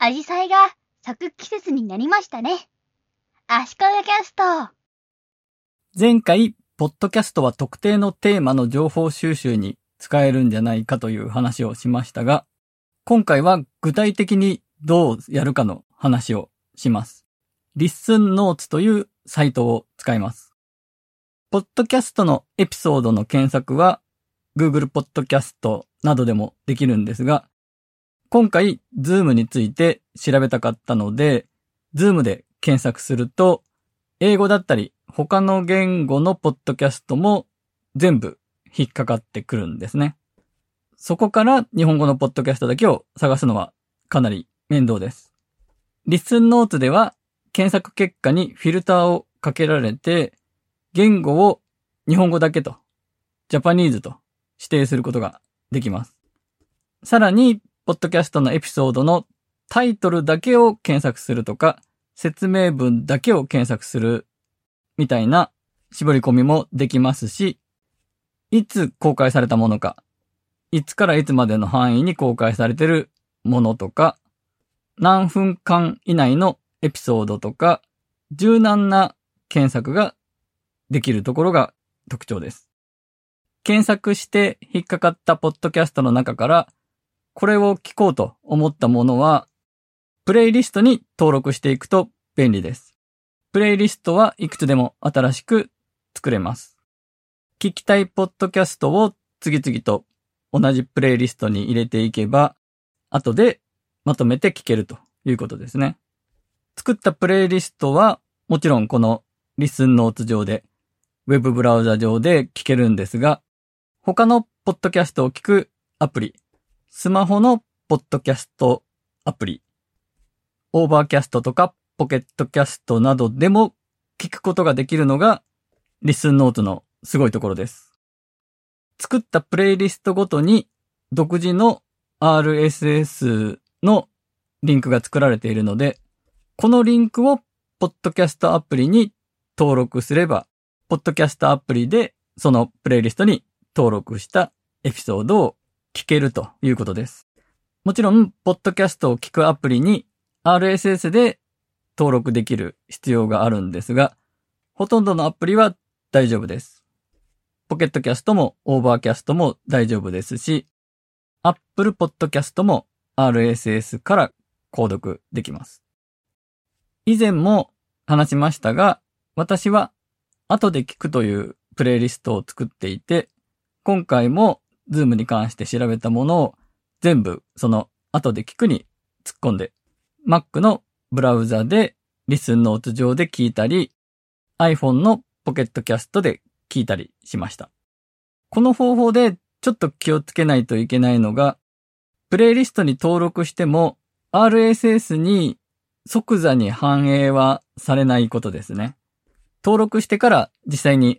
アジサイが咲く季節になりましたね。足利キャスト。 前回、ポッドキャストは特定のテーマの情報収集に使えるんじゃないかという話をしましたが、今回は具体的にどうやるかの話をします。リッスンノーツというサイトを使います。ポッドキャストのエピソードの検索は Google ポッドキャストなどでもできるんですが、今回 Zoom について調べたかったので、Zoom で検索すると、英語だったり他の言語のポッドキャストも全部引っかかってくるんですね。そこから日本語のポッドキャストだけを探すのはかなり面倒です。リッスンノーツでは検索結果にフィルターをかけられて、言語を日本語だけと、ジャパニーズと指定することができます。さらに、ポッドキャストのエピソードのタイトルだけを検索するとか、説明文だけを検索するみたいな絞り込みもできますし、いつ公開されたものか、いつからいつまでの範囲に公開されているものとか、何分間以内のエピソードとか、柔軟な検索ができるところが特徴です。検索して引っかかったポッドキャストの中から、これを聞こうと思ったものは、プレイリストに登録していくと便利です。プレイリストはいくつでも新しく作れます。聞きたいポッドキャストを次々と同じプレイリストに入れていけば、後でまとめて聞けるということですね。作ったプレイリストはもちろんこのリスンノーツ上で、ウェブブラウザ上で聞けるんですが、他のポッドキャストを聞くアプリ、スマホのポッドキャストアプリ、オーバーキャストとかポケットキャストなどでも聞くことができるのがリスンノーツのすごいところです。作ったプレイリストごとに独自の RSS のリンクが作られているので、このリンクをポッドキャストアプリに登録すれば、ポッドキャストアプリでそのプレイリストに登録したエピソードを聞けるということです。もちろん、ポッドキャストを聞くアプリに RSS で登録できる必要があるんですが、ほとんどのアプリは大丈夫です。ポケットキャストもオーバーキャストも大丈夫ですし、Apple Podcast も RSS から購読できます。以前も話しましたが、私は後で聞くというプレイリストを作っていて、今回も Zoom に関して調べたものを全部その後で聞くに突っ込んで、Mac のブラウザでリスンノーツ上で聞いたり、iPhone のポケットキャストで聞いたりしました。この方法でちょっと気をつけないといけないのが、プレイリストに登録しても RSS に即座に反映はされないことですね。登録してから実際に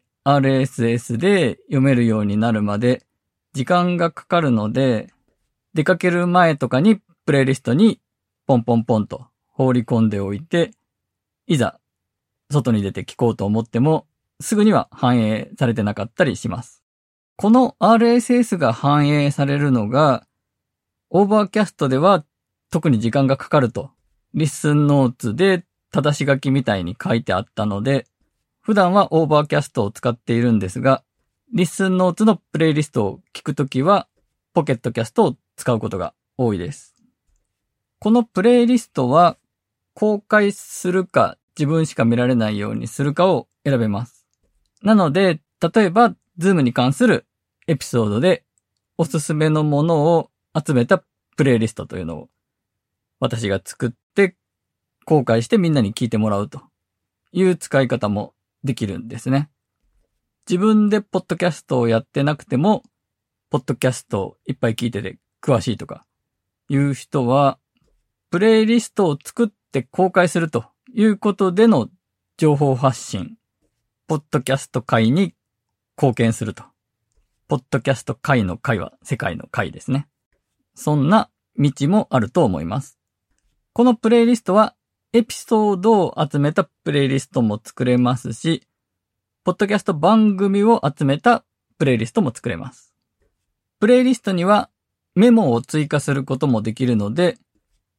RSS で読めるようになるまで時間がかかるので、出かける前とかにプレイリストにポンポンポンと放り込んでおいて、いざ外に出て聞こうと思ってもすぐには反映されてなかったりします。この RSS が反映されるのが、オーバーキャストでは特に時間がかかると、リッスンノーツで正し書きみたいに書いてあったので、普段はオーバーキャストを使っているんですが、リッスンノーツのプレイリストを聞くときは、ポケットキャストを使うことが多いです。このプレイリストは、公開するか自分しか見られないようにするかを選べます。なので、例えば、Zoom に関するエピソードでおすすめのものを集めたプレイリストというのを私が作って公開してみんなに聞いてもらうという使い方もできるんですね。自分でポッドキャストをやってなくても、ポッドキャストをいっぱい聞いてて詳しいとかいう人は、プレイリストを作って公開するということでの情報発信、ポッドキャスト界に貢献すると。ポッドキャスト界の界は世界の界ですね。そんな道もあると思います。このプレイリストはエピソードを集めたプレイリストも作れますし、ポッドキャスト番組を集めたプレイリストも作れます。プレイリストにはメモを追加することもできるので、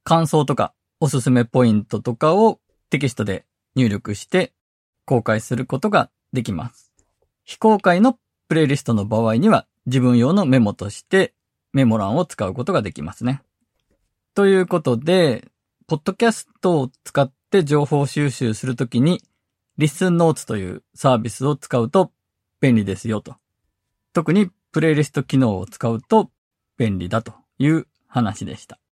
感想とかおすすめポイントとかをテキストで入力して公開することができます。非公開のプレイリストの場合には自分用のメモとしてメモ欄を使うことができますね。ということで、ポッドキャストを使って情報収集するときにリスンノーツというサービスを使うと便利ですよと。特にプレイリスト機能を使うと便利だという話でした。